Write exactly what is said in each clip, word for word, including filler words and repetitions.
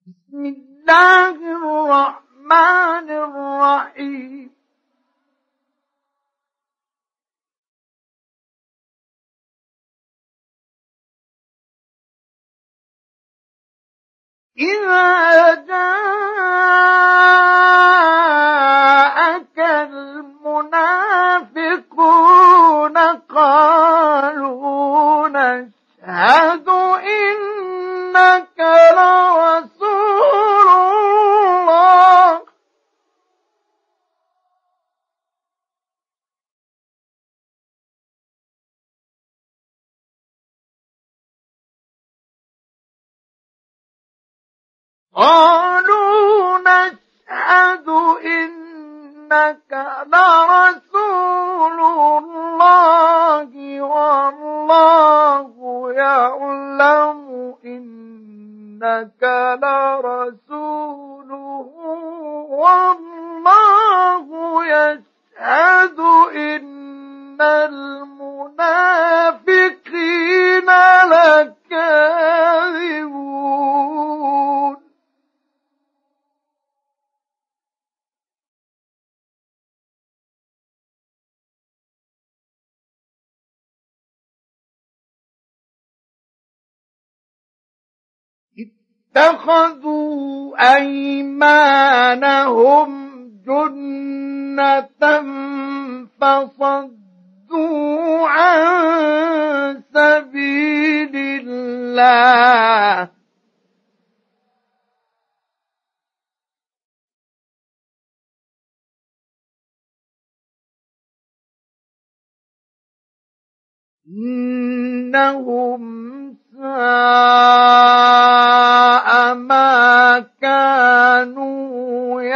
بسم الله الرحمن الرحيم. إذا جاءك المنافقون قالوا نشهد إنك لرسول الله قالوا نشهد إنك لرسول الله والله يعلم إنك لرسوله والله يشهد إن المنافقين لكاذبون. اتخذوا أيمانهم جنة فصدوا عن سبيل الله إنهم ساء ما كانوا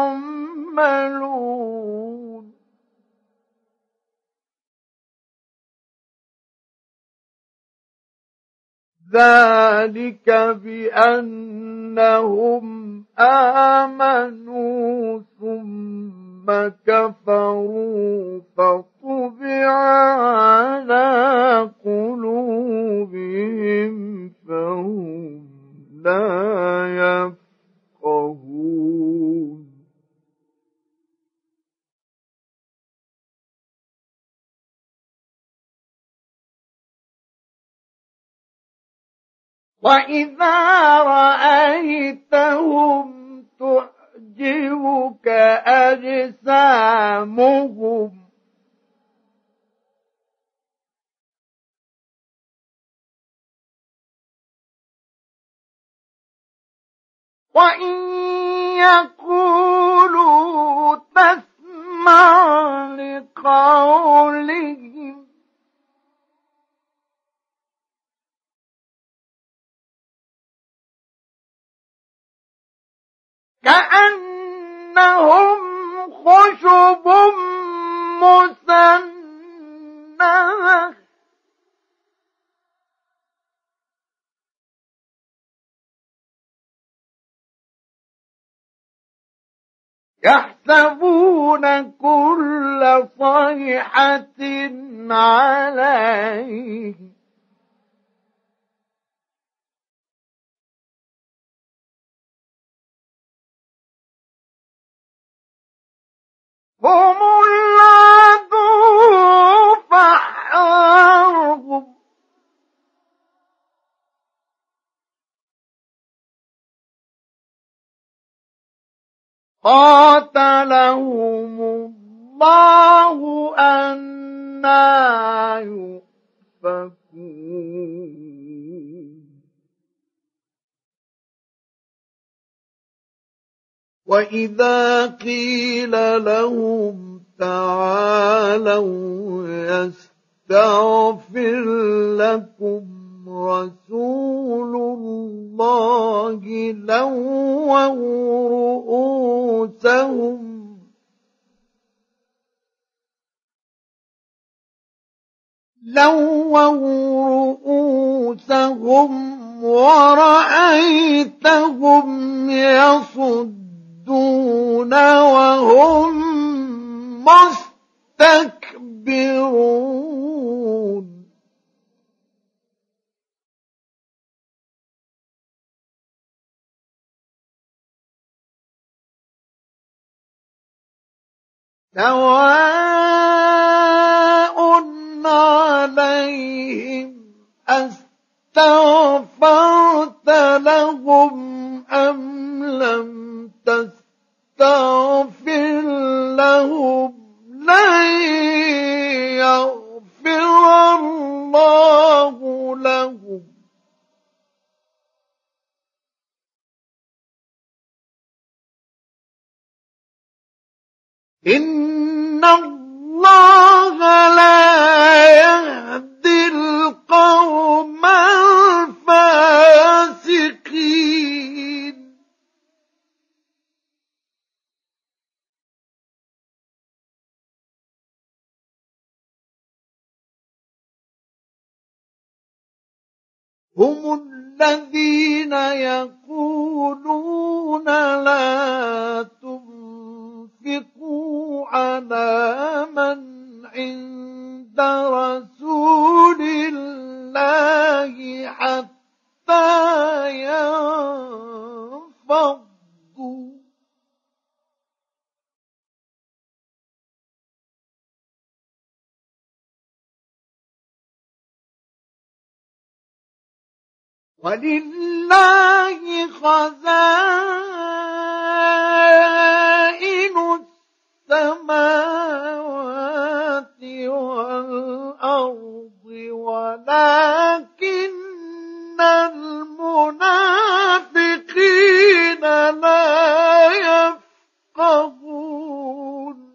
يعملون. ذلك بأنهم آمنوا ثم كفروا فطبع على قلوبهم فهم لا يفقهون. وإذا رأيتهم تعجبك أجسامهم وإن يقولوا تسمع لقولهم كأنهم خشب مسندة يحسبون كل صيحة عليه هم العدو فاحذرهم قاتلهم الله أنى يؤفكون. وإذا قيل لهم تعالوا يستغفر لكم رسول الله لووا رؤوسهم لووا رؤوسهم ورأيتهم يصدون وهم مستكبرون. سواء عليهم أستغفرت لهم أم لم تستغفر لهم لن يغفر الله لهم إن الله لا يهدي القوم الفاسقين هم الذين يقولون لا تنفقوا على من عند رسول الله حتى ينفضوا ولله خزائن السماوات والأرض ولكن المنافقين لا يفقهون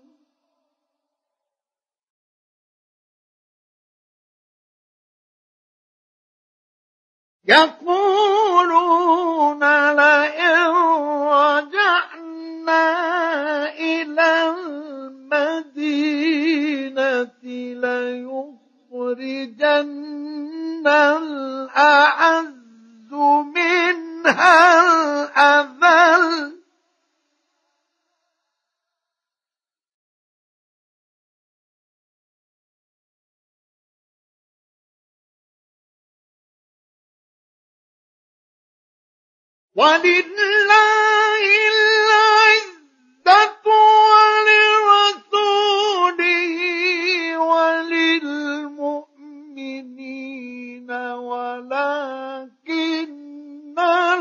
يقولون لئن رجعنا إلى المدينة ليخرجن الأعز منها الأذل ولله العزة ولرسوله وللمؤمنين ولكن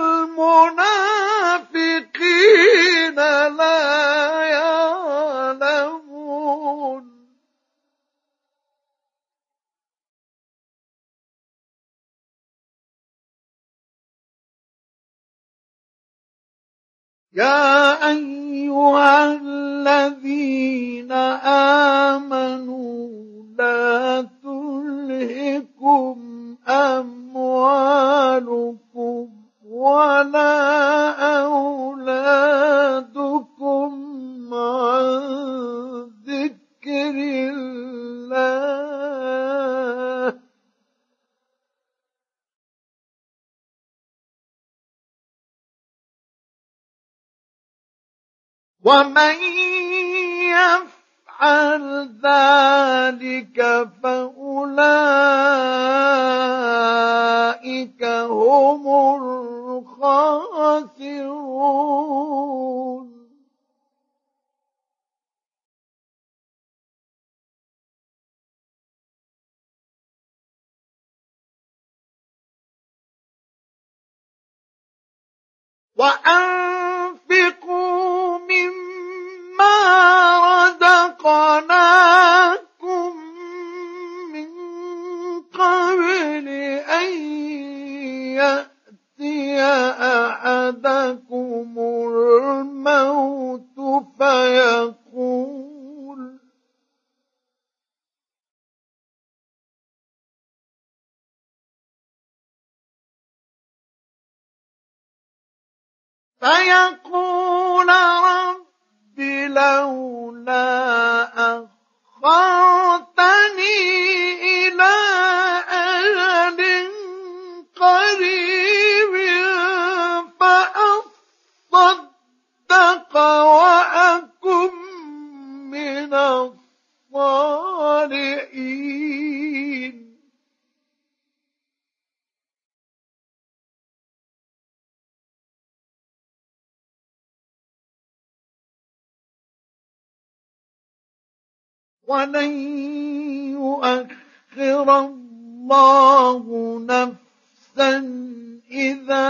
المنافقين لا يعلمون يا أيها الذين آمنوا لا تلهكم أموالكم ولا أولادكم عن ذكر الله ومن يفعل ذلك فأولئك هم الخاسرون وأنفقوا مما رزقناكم من قبل أن يأتي أحدكم الموت فيقول فيقول رب لولا أخرتني إلى أجل قريب فأصدق وأكن من الصالحين ولن يؤخر الله نفسا إذا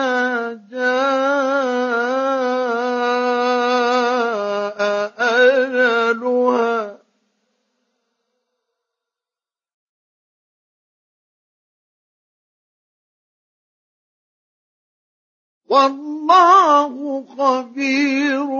جاء أجلها والله خبير